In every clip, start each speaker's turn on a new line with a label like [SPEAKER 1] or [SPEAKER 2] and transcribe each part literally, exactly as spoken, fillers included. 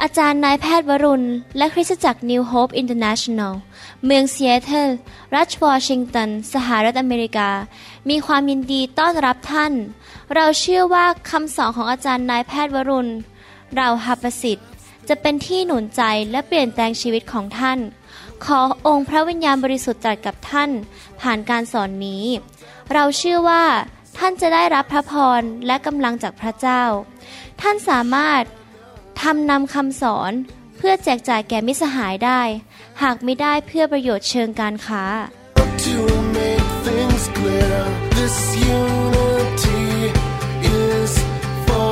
[SPEAKER 1] อาจารย์นายแพทย์วรุณและคริสตจักร New Hope International เมืองซีแอตเทิลรัฐวอชิงตันสหรัฐอเมริกามีความยินดีต้อนรับท่านเราเชื่อว่าคำสอนของอาจารย์นายแพทย์วรุณเราหประสิทธิ์จะเป็นที่หนุนใจและเปลี่ยนแปลงชีวิตของท่านขอองค์พระวิญญาณบริสุทธิ์ตรัสกับท่านผ่านการสอนนี้เราเชื่อว่าท่านจะได้รับพระพรและกำลังจากพระเจ้าท่านสามารถทำนำคำสอนเพื่อแจกจ่ายแก่มิตรสหายได้หากไม่ได้เพื่อประโยชน์เชิงการค้า
[SPEAKER 2] To make things clear, this unity is for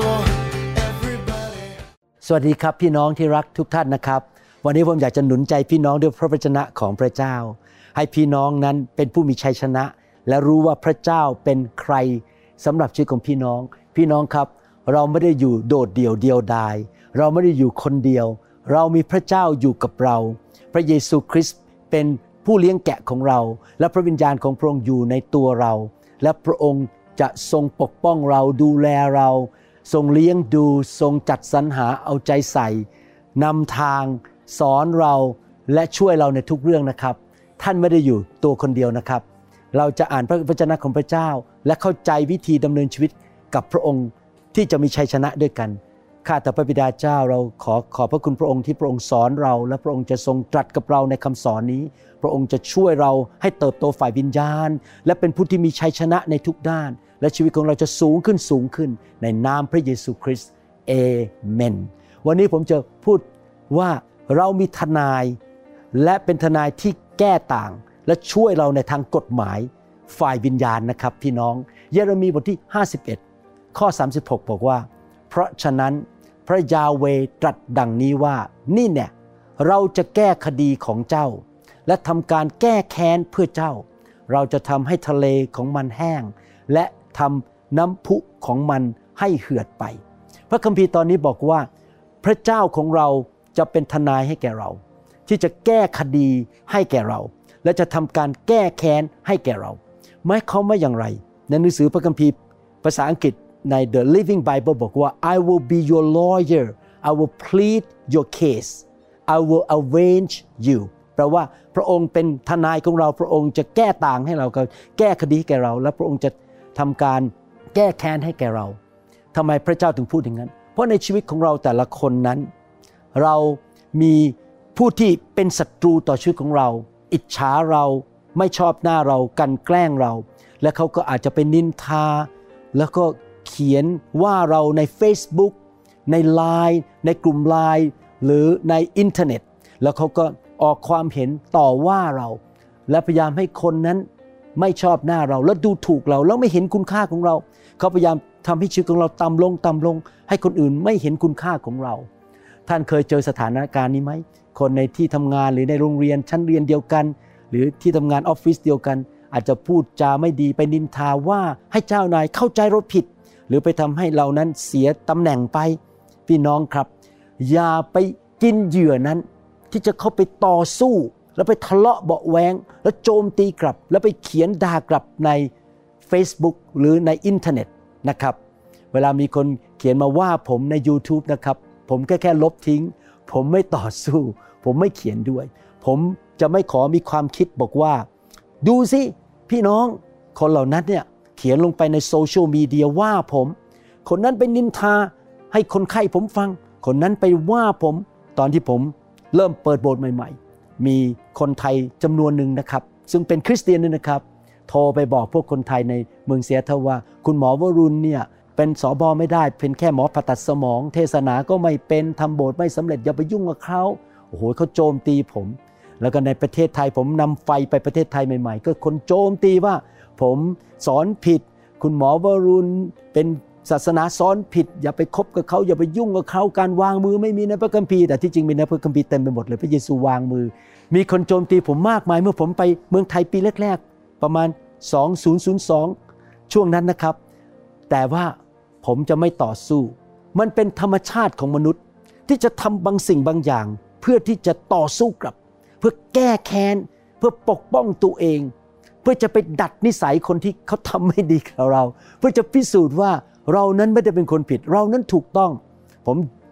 [SPEAKER 2] everybody.
[SPEAKER 3] สวัสดีครับพี่น้องที่รักทุกท่านนะครับวันนี้ผมอยากจะหนุนใจพี่น้องด้วยพระวจนะของพระเจ้าให้พี่น้องนั้นเป็นผู้มีชัยชนะและรู้ว่าพระเจ้าเป็นใครสำหรับชีวิตของพี่น้องพี่น้องครับเราไม่ได้อยู่โดดเดี่ยวเดียวดายเราไม่ได้อยู่คนเดียวเรามีพระเจ้าอยู่กับเราพระเยซูคริสต์เป็นผู้เลี้ยงแกะของเราและพระวิญญาณของพระองค์อยู่ในตัวเราและพระองค์จะทรงปกป้องเราดูแลเราทรงเลี้ยงดูทรงจัดสรรหาเอาใจใส่นำทางสอนเราและช่วยเราในทุกเรื่องนะครับท่านไม่ได้อยู่ตัวคนเดียวนะครับเราจะอ่านพระวจนะของพระเจ้าและเข้าใจวิธีดำเนินชีวิตกับพระองค์ที่จะมีชัยชนะด้วยกันข้าแต่พระบิดาเจ้าเราขอขอบพระคุณพระองค์ที่พระองค์สอนเราและพระองค์จะทรงตรัสกับเราในคำสอนนี้พระองค์จะช่วยเราให้เติบโตฝ่ายวิญญาณและเป็นผู้ที่มีชัยชนะในทุกด้านและชีวิตของเราจะสูงขึ้นสูงขึ้นในนามพระเยซูคริสต์เอเมนวันนี้ผมจะพูดว่าเรามีทนายและเป็นทนายที่แก้ต่างและช่วยเราในทางกฎหมายฝ่ายวิญญาณนะครับพี่น้องเยเรมีบทที่ห้าสิบเอ็ดข้อสามสิบหกบอกว่าเพราะฉะนั้นพระยาเวห์ตรัสดังนี้ว่านี่เนี่ยเราจะแก้คดีของเจ้าและทำการแก้แค้นเพื่อเจ้าเราจะทำให้ทะเลของมันแห้งและทำน้ำพุของมันให้เหือดไปพระคัมภีร์ตอนนี้บอกว่าพระเจ้าของเราจะเป็นทนายให้แก่เราที่จะแก้คดีให้แก่เราและจะทำการแก้แค้นให้แก่เราหมายความว่าอย่างไรในหนังสือพระคัมภีร์ภาษาอังกฤษใน The Living Bible บอกว่า I will be your lawyer I will plead your case I will avenge you แปลว่าพระองค์เป็นทนายของเราพระองค์จะแก้ต่างให้เราแก้คดีให้แก่เราและพระองค์จะทำการแก้แค้นให้แก่เราทำไมพระเจ้าถึงพูดอย่างนั้นเพราะในชีวิตของเราแต่ละคนนั้นเรามีผู้ที่เป็นศัตรูต่อชีวิตของเราอิจฉาเราไม่ชอบหน้าเรากันแกล้งเราและเขาก็อาจจะไปนินทาแล้วก็เขียนว่าเราใน Facebook ใน ไลน์ ในกลุ่ม ไลน์ หรือในอินเทอร์เน็ตแล้วเขาก็ออกความเห็นต่อว่าเราและพยายามให้คนนั้นไม่ชอบหน้าเราแล้วดูถูกเราแล้วไม่เห็นคุณค่าของเราเขาพยายามทำให้ชีวิตของเราต่ำลงต่ำลงให้คนอื่นไม่เห็นคุณค่าของเราท่านเคยเจอสถานการณ์นี้ไหมคนในที่ทำงานหรือในโรงเรียนชั้นเรียนเดียวกันหรือที่ทำงานออฟฟิศเดียวกันอาจจะพูดจาไม่ดีไปนินทาว่าให้เจ้านายเข้าใจเราผิดหรือไปทำให้เรานั้นเสียตำแหน่งไปพี่น้องครับอย่าไปกินเหยื่อนั้นที่จะเข้าไปต่อสู้แล้วไปทะเลาะเบาะแว้งแล้วโจมตีกลับแล้วไปเขียนด่ากลับใน Facebook หรือในอินเทอร์เน็ตนะครับเวลามีคนเขียนมาว่าผมใน YouTube นะครับผมแค่แค่ลบทิ้งผมไม่ต่อสู้ผมไม่เขียนด้วยผมจะไม่ขอมีความคิดบอกว่าดูสิพี่น้องคนเหล่านั้นเนี่ยเขียนลงไปในโซเชียลมีเดียว่าผมคนนั้นไปนินทาให้คนไข้ผมฟังคนนั้นไปว่าผมตอนที่ผมเริ่มเปิดโบสถ์ใหม่ๆมีคนไทยจำนวนหนึ่งนะครับซึ่งเป็นคริสเตียนด้วยนะครับโทรไปบอกพวกคนไทยในเมืองเซียเทิลว่าคุณหมอวรุณเนี่ยเป็นสบไม่ได้เป็นแค่หมอผ่าตัดสมองเทศนาก็ไม่เป็นทำโบสถ์ไม่สำเร็จอย่าไปยุ่งกับเขาโอ้โหเขาโจมตีผมแล้วก็ในประเทศไทยผมนำไฟไปประเทศไทยใหม่ๆก็คนโจมตีว่าผมสอนผิดคุณหมอวรุณเป็นศาสนาสอนผิดอย่าไปคบกับเขาอย่าไปยุ่งกับเขาการวางมือไม่มีในพระคัมภีร์แต่ที่จริงมีในพระคัมภีร์เต็มไปหมดเลยพระเยซูวางมือมีคนโจมตีผมมากมายเมื่อผมไปเมืองไทยปีแรกๆประมาณสองพันสองช่วงนั้นนะครับแต่ว่าผมจะไม่ต่อสู้มันเป็นธรรมชาติของมนุษย์ที่จะทำบางสิ่งบางอย่างเพื่อที่จะต่อสู้กลับเพื่อแก้แค้นเพื่อปกป้องตัวเองเพื่อจะไปดัดนิสัยคนที่เขาทำไม่ดีกับเราเพื่อจะพิสูจน์ว่าเรานั้นไม่ได้เป็นคนผิดเรานั้นถูกต้องผม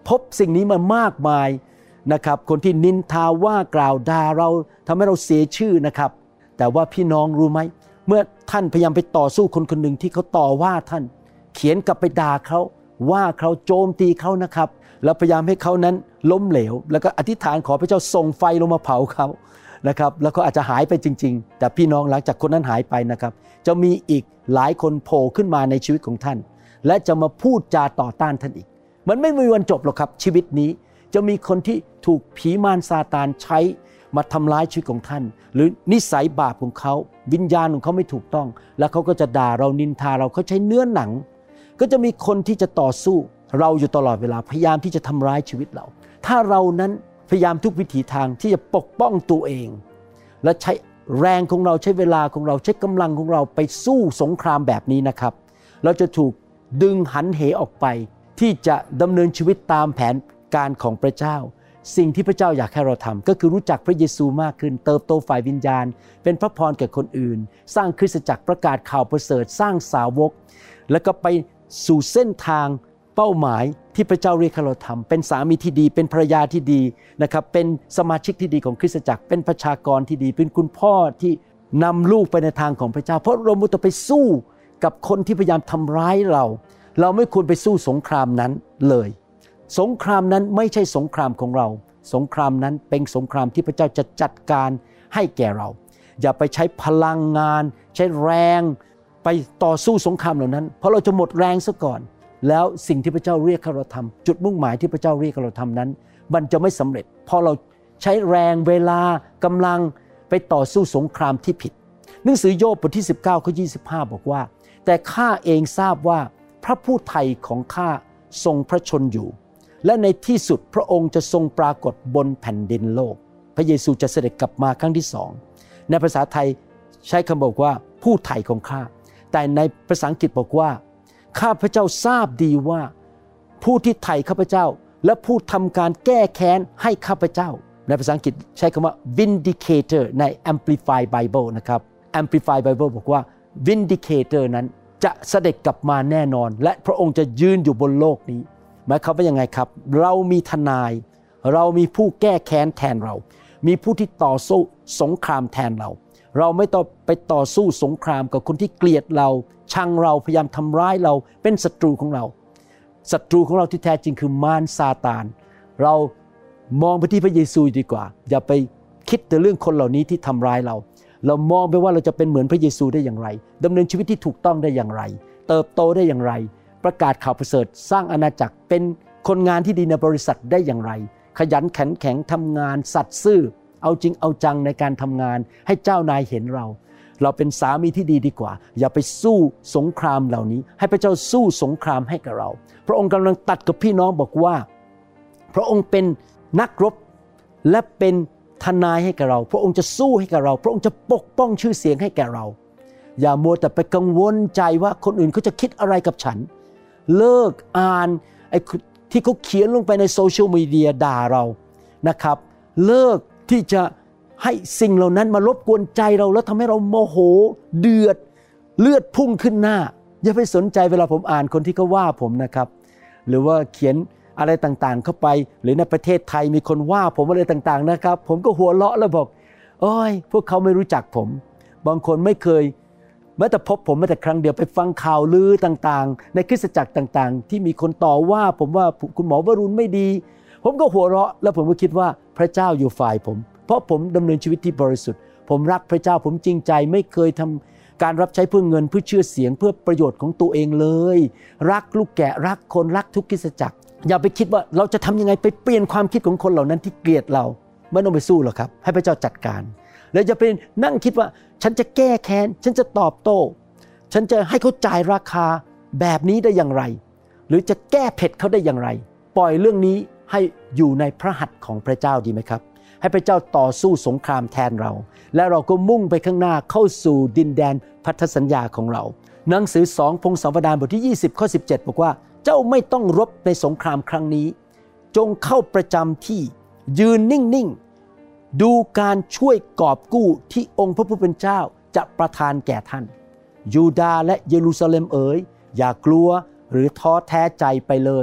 [SPEAKER 3] พบสิ่งนี้มามากมายนะครับคนที่นินทาว่ากล่าวด่าเราทำให้เราเสียชื่อนะครับแต่ว่าพี่น้องรู้ไหมเมื่อท่านพยายามไปต่อสู้คนคนหนึ่งที่เขาต่อว่าท่านเขียนกลับไปด่าเขาว่าเขาโจมตีเขานะครับแล้วพยายามให้เขานั้นล้มเหลวแล้วก็อธิษฐานขอพระเจ้าส่งไฟลงมาเผาเขานะครับแล้วก็อาจจะหายไปจริงๆแต่พี่น้องหลังจากคนนั้นหายไปนะครับจะมีอีกหลายคนโผล่ขึ้นมาในชีวิตของท่านและจะมาพูดจาต่อต้านท่านอีกมันไม่มีวันจบหรอกครับชีวิตนี้จะมีคนที่ถูกผีมารซาตานใช้มาทำร้ายชีวิตของท่านหรือนิสัยบาปของเขาวิญญาณของเขาไม่ถูกต้องแล้วเขาก็จะด่าเรานินทาเราเขาใช้เนื้อหนังก็จะมีคนที่จะต่อสู้เราอยู่ตลอดเวลาพยายามที่จะทำร้ายชีวิตเราถ้าเรานั้นพยายามทุกวิถีทางที่จะปกป้องตัวเองและใช้แรงของเราใช้เวลาของเราใช้กำลังของเราไปสู้สงครามแบบนี้นะครับเราจะถูกดึงหันเหออกไปที่จะดำเนินชีวิตตามแผนการของพระเจ้าสิ่งที่พระเจ้าอยากให้เราทำก็คือรู้จักพระเยซูมากขึ้นเติบโตฝ่ายวิญญาณเป็นพระพรแก่คนอื่นสร้างคริสตจักรประกาศข่าวประเสริฐสร้างสาวกแล้วก็ไปสู่เส้นทางเป้าหมายที่พระเจ้าเรียกให้เราทำเป็นสามีที่ดีเป็นภรรยาที่ดีนะครับเป็นสมาชิกที่ดีของคริสตจักรเป็นประชากรที่ดีเป็นคุณพ่อที่นำลูกไปในทางของพระเจ้าเพราะเราไม่ต้องไปสู้กับคนที่พยายามทำร้ายเราเราไม่ควรไปสู้สงครามนั้นเลยสงครามนั้นไม่ใช่สงครามของเราสงครามนั้นเป็นสงครามที่พระเจ้าจะจัดการให้แก่เราอย่าไปใช้พลังงานใช้แรงไปต่อสู้สงครามเหล่านั้นเพราะเราจะหมดแรงซะก่อนแล้วสิ่งที่พระเจ้าเรียกให้เราทำจุดมุ่งหมายที่พระเจ้าเรียกให้เราทำนั้นมันจะไม่สำเร็จเพราะเราใช้แรงเวลากำลังไปต่อสู้สงครามที่ผิดหนังสือโยบบทที่สิบเก้าข้อยี่สิบห้าบอกว่าแต่ข้าเองทราบว่าพระผู้ไถ่ของข้าทรงพระชนอยู่และในที่สุดพระองค์จะทรงปรากฏบนแผ่นดินโลกพระเยซูจะเสด็จกลับมาครั้งที่สองในภาษาไทยใช้คำบอกว่าผู้ไถ่ของข้าแต่ในภาษาอังกฤษบอกว่าข้าพเจ้าทราบดีว่าผู้ที่ไถ่ข้าพเจ้าและผู้ทำการแก้แค้นให้ข้าพเจ้าในภาษาอังกฤษใช้คำว่า vindicator ใน Amplified Bible นะครับ Amplified Bible บอกว่า vindicator นั้นจะเสด็จกลับมาแน่นอนและพระองค์จะยืนอยู่บนโลกนี้หมายความว่ายังไงครับเรามีทนายเรามีผู้แก้แค้นแทนเรามีผู้ที่ต่อสู้สงครามแทนเราเราไม่ต้องไปต่อสู้สงครามกับคนที่เกลียดเราชังเราพยายามทำร้ายเราเป็นศัตรูของเราศัตรูของเราที่แท้จริงคือมารซาตานเรามองไปที่พระเยซูดีกว่าอย่าไปคิดแต่เรื่องคนเหล่านี้ที่ทำร้ายเราเรามองไปว่าเราจะเป็นเหมือนพระเยซูได้อย่างไรดำเนินชีวิตที่ถูกต้องได้อย่างไรเติบโตได้อย่างไรประกาศข่าวประเสริฐสร้างอาณาจักรเป็นคนงานที่ดีในบริษัทได้อย่างไรขยันขันแข็งทำงานสัตย์ซื่อเอาจริงเอาจังในการทำงานให้เจ้านายเห็นเราเราเป็นสามีที่ดีดีกว่าอย่าไปสู้สงครามเหล่านี้ให้พระเจ้าสู้สงครามให้กับเราพระองค์กำลังตัดกับพี่น้องบอกว่าพระองค์เป็นนักรบและเป็นทนายให้กับเราพระองค์จะสู้ให้กับเราพระองค์จะปกป้องชื่อเสียงให้แก่เราอย่ามัวแต่ไปกังวลใจว่าคนอื่นเขาจะคิดอะไรกับฉันเลิกอ่านไอ้ที่เขาเขียนลงไปในโซเชียลมีเดียด่าเรานะครับเลิกที่จะให้สิ่งเหล่านั้นมารบกวนใจเราแล้วทำให้เราโมโหเดือดเลือดพุ่งขึ้นหน้าอย่าไปสนใจเวลาผมอ่านคนที่เขาว่าผมนะครับหรือว่าเขียนอะไรต่างๆเข้าไปหรือในประเทศไทยมีคนว่าผมอะไรต่างๆนะครับผมก็หัวเราะแล้วบอกโอ้ยพวกเขาไม่รู้จักผมบางคนไม่เคยแม้แต่พบผมแม้แต่ครั้งเดียวไปฟังข่าวลือต่างๆในคริสตจักรต่างๆที่มีคนต่อว่าผมว่าคุณหมอวรุณไม่ดีผมก็หัวเราะแล้วผมก็คิดว่าพระเจ้าอยู่ฝ่ายผมเพราะผมดำเนินชีวิตที่บริสุทธิ์ผมรักพระเจ้าผมจริงใจไม่เคยทำการรับใช้เพื่อเงินเพื่อชื่อเสียงเพื่อประโยชน์ของตัวเองเลยรักลูกแกะรักคนรักทุกคริสตจักรอย่าไปคิดว่าเราจะทำยังไงไปเปลี่ยนความคิดของคนเหล่านั้นที่เกลียดเราไม่ต้องไปสู้หรอกครับให้พระเจ้าจัดการแล้วจะไปนั่งคิดว่าฉันจะแก้แค้นฉันจะตอบโต้ฉันจะให้เขาจ่ายราคาแบบนี้ได้อย่างไรหรือจะแก้เผ็ดเขาได้อย่างไรปล่อยเรื่องนี้ให้อยู่ในพระหัตถ์ของพระเจ้าดีไหมครับให้พระเจ้าต่อสู้สงครามแทนเราและเราก็มุ่งไปข้างหน้าเข้าสู่ดินแดนพันธสัญญาของเราหนังสือสองพงศาวดารบทที่ยี่สิบข้อสิบเจ็ดบอกว่าเจ้าไม่ต้องรบในสงครามครั้งนี้จงเข้าประจำที่ยืนนิ่งๆดูการช่วยกอบกู้ที่องค์พระผู้เป็นเจ้าจะประทานแก่ท่านยูดาห์และเยรูซาเล็มเอ๋ยอย่ากลัวหรือท้อแท้ใจไปเลย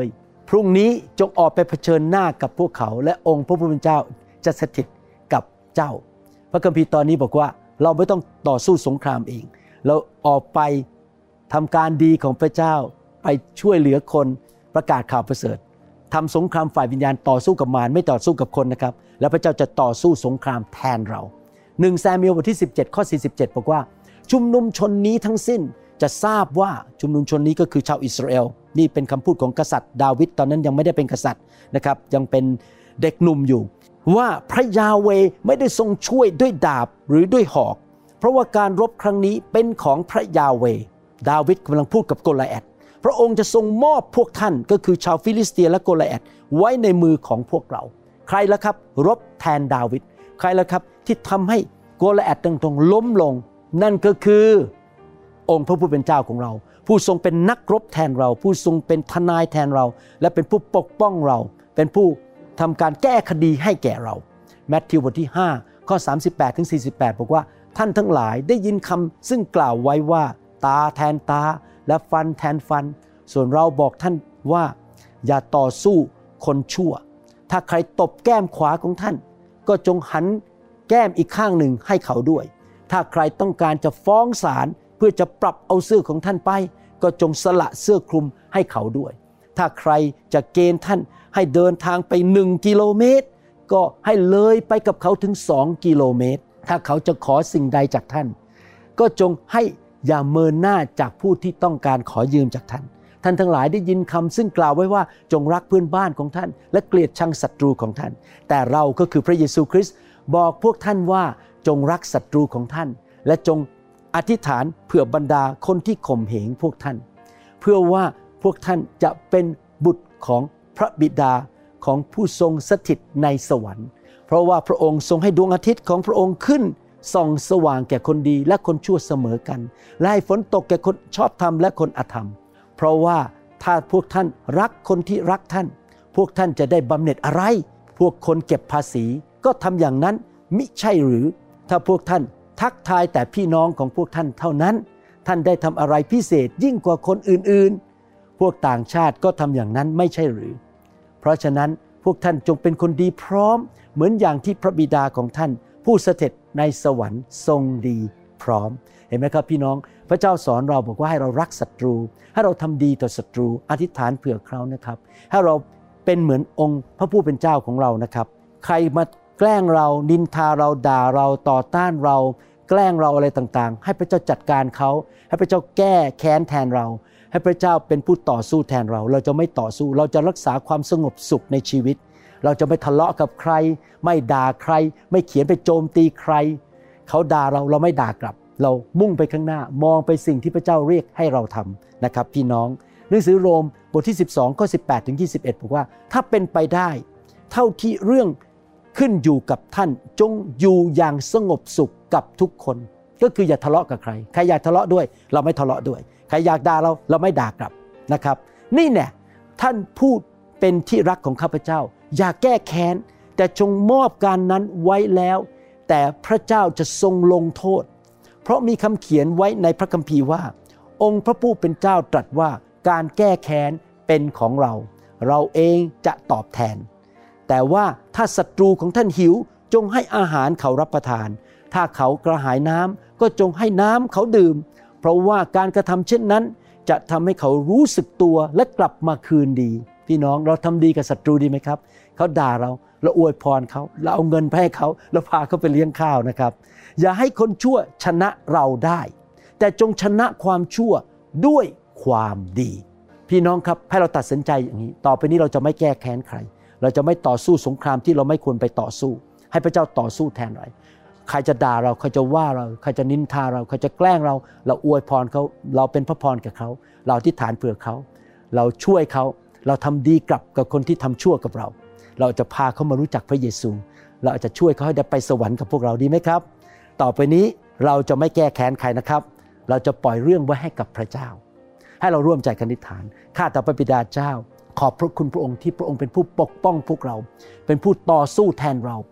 [SPEAKER 3] พรุ่งนี้จงออกไปเผชิญหน้ากับพวกเขาและองค์พระผู้เป็นเจ้าจะสถิตกับเจ้าพระคัมภีร์ตอนนี้บอกว่าเราไม่ต้องต่อสู้สงครามเองเราออกไปทำการดีของพระเจ้าไปช่วยเหลือคนประกาศข่าวประเสริฐทำสงครามฝ่ายวิญญาณต่อสู้กับมารไม่ต่อสู้กับคนนะครับแล้วพระเจ้าจะต่อสู้สงครามแทนเราหนึ่งซามูเอลบทที่สิบเจ็ดข้อสี่สิบเจ็ดบอกว่าชุมนุมชนนี้ทั้งสิ้นจะทราบว่าชุมนุมชนนี้ก็คือชาวอิสราเอลนี่เป็นคำพูดของกษัตริย์ดาวิดตอนนั้นยังไม่ได้เป็นกษัตริย์นะครับยังเป็นเด็กหนุ่มอยู่ว่าพระยาเวห์ไม่ได้ทรงช่วยด้วยดาบหรือด้วยหอกเพราะว่าการรบครั้งนี้เป็นของพระยาเวห์ดาวิดกำลังพูดกับโกลิแอธพระองค์จะทรงมอบพวกท่านก็คือชาวฟิลิสเตียและโกลิแอธไว้ในมือของพวกเราใครล่ะครับรบแทนดาวิดใครล่ะครับที่ทำให้โกลิแอธตรงๆล้มลงนั่นก็คือองค์พระผู้เป็นเจ้าของเราผู้ทรงเป็นนักรบแทนเราผู้ทรงเป็นทนายแทนเราและเป็นผู้ปกป้องเราเป็นผู้ทำการแก้คดีให้แก่เรามัทธิวบทที่ห้าข้อสามสิบแปดถึงสี่สิบแปดบอกว่าท่านทั้งหลายได้ยินคำซึ่งกล่าวไว้ว่าตาแทนตาและฟันแทนฟันส่วนเราบอกท่านว่าอย่าต่อสู้คนชั่วถ้าใครตบแก้มขวาของท่านก็จงหันแก้มอีกข้างหนึ่งให้เขาด้วยถ้าใครต้องการจะฟ้องศาลเพื่อจะปรับเอาเสื้อของท่านไปก็จงสละเสื้อคลุมให้เขาด้วยถ้าใครจะเกณฑ์ท่านให้เดินทางไปหนึ่งกิโลเมตรก็ให้เลยไปกับเขาถึงสองกิโลเมตรถ้าเขาจะขอสิ่งใดจากท่านก็จงให้อย่าเมินหน้าจากผู้ที่ต้องการขอยืมจากท่านท่านทั้งหลายได้ยินคำซึ่งกล่าวไว้ว่าจงรักเพื่อนบ้านของท่านและเกลียดชังศัตรูของท่านแต่เราก็คือพระเยซูคริสต์บอกพวกท่านว่าจงรักศัตรูของท่านและจงอธิษฐานเพื่อบรรดาคนที่ข่มเหงพวกท่านเพื่อว่าพวกท่านจะเป็นบุตรของพระบิดาของผู้ทรงสถิตในสวรรค์เพราะว่าพระองค์ทรงให้ดวงอาทิตย์ของพระองค์ขึ้นส่องสว่างแก่คนดีและคนชั่วเสมอกันและให้ฝนตกแก่คนชอบธรรมและคนอธรรมเพราะว่าถ้าพวกท่านรักคนที่รักท่านพวกท่านจะได้บำเหน็จอะไรพวกคนเก็บภาษีก็ทำอย่างนั้นมิใช่หรือถ้าพวกท่านทักทายแต่พี่น้องของพวกท่านเท่านั้นท่านได้ทำอะไรพิเศษยิ่งกว่าคนอื่นๆพวกต่างชาติก็ทำอย่างนั้นไม่ใช่หรือเพราะฉะนั้นพวกท่านจงเป็นคนดีพร้อมเหมือนอย่างที่พระบิดาของท่านผู้สถิตในสวรรค์ทรงดีพร้อมเห็นไหมครับพี่น้องพระเจ้าสอนเราบอกว่าให้เรารักศัตรูให้เราทำดีต่อศัตรูอธิษฐานเผื่อเขานะครับให้เราเป็นเหมือนองค์พระผู้เป็นเจ้าของเรานะครับใครมาแกล้งเรานินทาเราด่าเราต่อต้านเราแกล้งเราอะไรต่างๆให้พระเจ้าจัดการเขาให้พระเจ้าแก้แค้นแทนเราให้พระเจ้าเป็นผู้ต่อสู้แทนเราเราจะไม่ต่อสู้เราจะรักษาความสงบสุขในชีวิตเราจะไม่ทะเลาะกับใครไม่ด่าใครไม่เขียนไปโจมตีใครเขาด่าเราเราไม่ด่ากลับเรามุ่งไปข้างหน้ามองไปสิ่งที่พระเจ้าเรียกให้เราทำนะครับพี่น้องหนังสือโรมบทที่สิบสองข้อสิบแปดถึงยี่สิบเอ็ดบอกว่าถ้าเป็นไปได้เท่าที่เรื่องขึ้นอยู่กับท่านจงอยู่อย่างสงบสุขกับทุกคนก็คืออย่าทะเลาะกับใครใครอยากทะเลาะด้วยเราไม่ทะเลาะด้วยใครอยากด่าเราเราไม่ด่ากลับนะครับนี่แน่ท่านผู้เป็นที่รักของข้าพเจ้าอย่าแก้แค้นแต่จงมอบการนั้นไว้แล้วแต่พระเจ้าจะทรงลงโทษเพราะมีคำเขียนไว้ในพระคัมภีร์ว่าองค์พระผู้เป็นเจ้าตรัสว่าการแก้แค้นเป็นของเราเราเองจะตอบแทนแต่ว่าถ้าศัตรูของท่านหิวจงให้อาหารเขารับประทานถ้าเขากระหายน้ำก็จงให้น้ำเขาดื่มเพราะว่าการกระทำเช่นนั้นจะทำให้เขารู้สึกตัวและกลับมาคืนดีพี่น้องเราทำดีกับศัตรูดีไหมครับเขาด่าเราเราอวยพรเขาเราเอาเงินไปให้เขาแล้วพาเขาไปเลี้ยงข้าวนะครับอย่าให้คนชั่วชนะเราได้แต่จงชนะความชั่วด้วยความดีพี่น้องครับให้เราตัดสินใจอย่างนี้ต่อไปนี้เราจะไม่แก้แค้นใครเราจะไม่ต่อสู้สงครามที่เราไม่ควรไปต่อสู้ให้พระเจ้าต่อสู้แทนเราใครจะด่าเราใครจะว่าเราใครจะนินทาเราใครจะแกล้งเราเราอวยพรเขาเราเป็นพระพรกับเขาเราอธิษฐานเผื่อเขาเราช่วยเขาเราทำดีกลับกับคนที่ทำชั่วกับเราเราจะพาเขามารู้จักพระเยซูเราจะช่วยเขาให้ได้ไปสวรรค์กับพวกเราดีไหมครับต่อไปนี้เราจะไม่แก้แค้นใครนะครับเราจะปล่อยเรื่องไว้ให้กับพระเจ้าให้เราร่วมใจกันอธิษฐานข้าแต่พระบิดาเจ้าขอบพระคุณพระองค์ที่พระองค์เป็นผู้ปกป้องพวกเราเป็นผู้ต่อสู้แทนเรา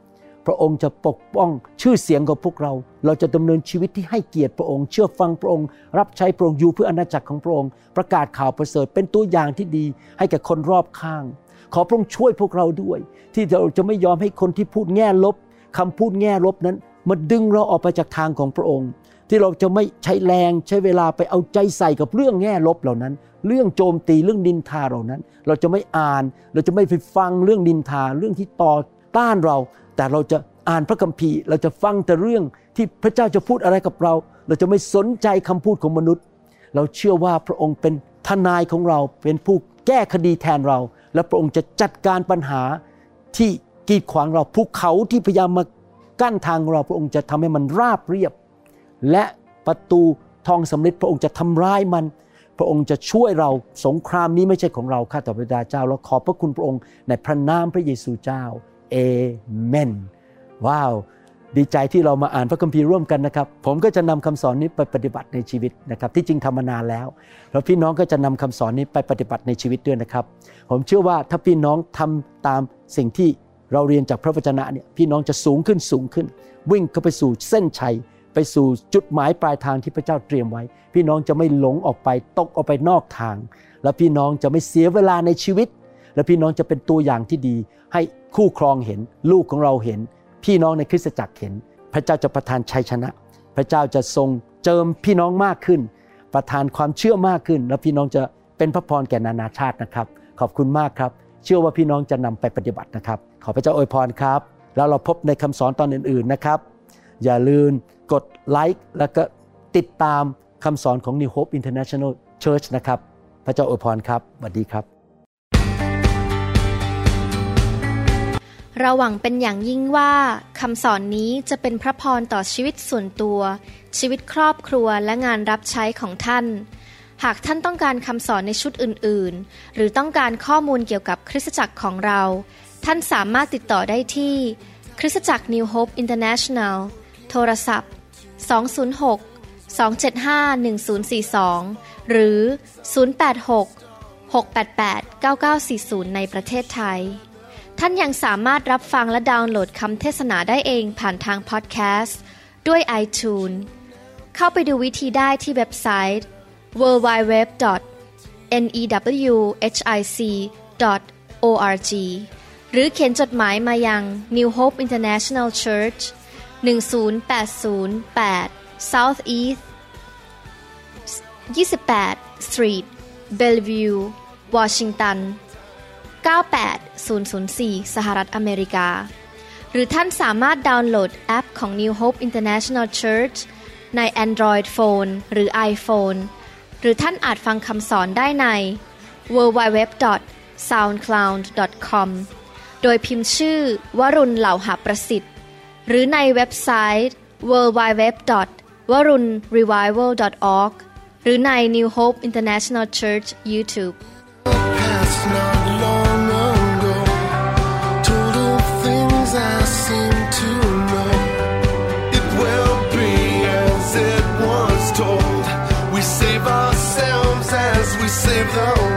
[SPEAKER 3] พระองค์จะปกป้องชื่อเสียงของพวกเราเราจะดำเนินชีวิตที่ให้เกียรติพระองค์เชื่อฟังพระองค์รับใช้พระองค์อยู่เพื่ออาณาจักรของพระองค์ประกาศข่าวประเสริฐเป็นตัวอย่างที่ดีให้แก่คนรอบข้างขอพระองค์ช่วยพวกเราด้วยที่เราจะไม่ยอมให้คนที่พูดแง่ลบคำพูดแง่ลบนั้นมาดึงเราออกไปจากทางของพระองค์ที่เราจะไม่ใช้แรงใช้เวลาไปเอาใจใส่กับเรื่องแง่ลบเหล่านั้นเรื่องโจมตีเรื่องนินทาเหล่านั้นเราจะไม่อ่านเราจะไม่ไปฟังเรื่องนินทาเรื่องที่ต่อต้านเราแต่เราจะอ่านพระคัมภีร์เราจะฟังแต่เรื่องที่พระเจ้าจะพูดอะไรกับเราเราจะไม่สนใจคำพูดของมนุษย์เราเชื่อว่าพระองค์เป็นทนายของเราเป็นผู้แก้คดีแทนเราและพระองค์จะจัดการปัญหาที่กีดขวางเราภูเขาที่พยายามมากั้นทางเราพระองค์จะทำให้มันราบเรียบและประตูทองสำริดพระองค์จะทำร้ายมันพระองค์จะช่วยเราสงครามนี้ไม่ใช่ของเราข้าแต่พระบิดาเจ้าเราขอบพระคุณพระองค์ในพระนามพระเยซูเจ้าเอเมนว้าวดีใจที่เรามาอ่านพระคัมภีร์ร่วมกันนะครับผมก็จะนำคำสอนนี้ไปปฏิบัติในชีวิตนะครับที่จริงทำมานานแล้วแล้วพี่น้องก็จะนำคำสอนนี้ไปปฏิบัติในชีวิตด้วยนะครับผมเชื่อว่าถ้าพี่น้องทำตามสิ่งที่เราเรียนจากพระวจนะเนี่ยพี่น้องจะสูงขึ้นสูงขึ้นวิ่งเข้าไปสู่เส้นชัยไปสู่จุดหมายปลายทางที่พระเจ้าเตรียมไว้พี่น้องจะไม่หลงออกไปตกออกไปนอกทางและพี่น้องจะไม่เสียเวลาในชีวิตและพี่น้องจะเป็นตัวอย่างที่ดีให้คู่ครองเห็นลูกของเราเห็นพี่น้องในคริสตจักรเห็นพระเจ้าจะประทานชัยชนะพระเจ้าจะทรงเจิมพี่น้องมากขึ้นประทานความเชื่อมากขึ้นและพี่น้องจะเป็นพระพรแก่นานาชาตินะครับขอบคุณมากครับเชื่อว่าพี่น้องจะนำไปปฏิบัตินะครับขอพระเจ้าอวยพรครับแล้วเราพบในคำสอนตอนอื่นๆนะครับอย่าลืมกดไลค์แล้วก็ติดตามคำสอนของ New Hope International Church นะครับพระเจ้าอวยพรครับสวัสดีครับ
[SPEAKER 1] เราหวังเป็นอย่างยิ่งว่าคำสอนนี้จะเป็นพระพรต่อชีวิตส่วนตัวชีวิตครอบครัวและงานรับใช้ของท่านหากท่านต้องการคำสอนในชุดอื่นๆหรือต้องการข้อมูลเกี่ยวกับคริสตจักรของเราท่านสามารถติดต่อได้ที่คริสตจักร New Hope International โทรศัพท์สอง ศูนย์ หก สอง เจ็ด ห้า หนึ่ง ศูนย์ สี่ สองหรือศูนย์ แปด หก หก แปด แปด เก้า เก้า สี่ศูนย์ในประเทศไทยท่านยังสามารถรับฟังและดาวน์โหลดคำเทศนาได้เองผ่านทางพอดแคสต์ด้วย iTunes เข้าไปดูวิธีได้ที่เว็บไซต์ ดับเบิลยู ดับเบิลยู ดับเบิลยู ดอท เน อี ดับเบิลยู เอช ไอ ซี ดอท โอ อาร์ จี หรือเขียนจดหมายมายัง New Hope International Church หนึ่ง ศูนย์ แปด ศูนย์ แปด South East ยี่สิบแปด Street Bellevue Washingtonเก้า แปด ศูนย์ ศูนย์ สี่ สหรัฐอเมริกาหรือท่านสามารถดาวน์โหลดแอปของ New Hope International Church ใน Android Phone หรือ iPhone หรือท่านอาจฟังคำสอนได้ใน ดับเบิลยู ดับเบิลยู ดับเบิลยู ดอท ซาวด์คลาวด์ ดอท คอม โดยพิมพ์ชื่อวรุณเหล่าหประสิทธิ์หรือในเว็บไซต์ ดับเบิลยู ดับเบิลยู ดับเบิลยู ดอท วรุณ รีไววัล ดอท ออร์ก หรือใน New Hope International Church YouTube
[SPEAKER 2] Save the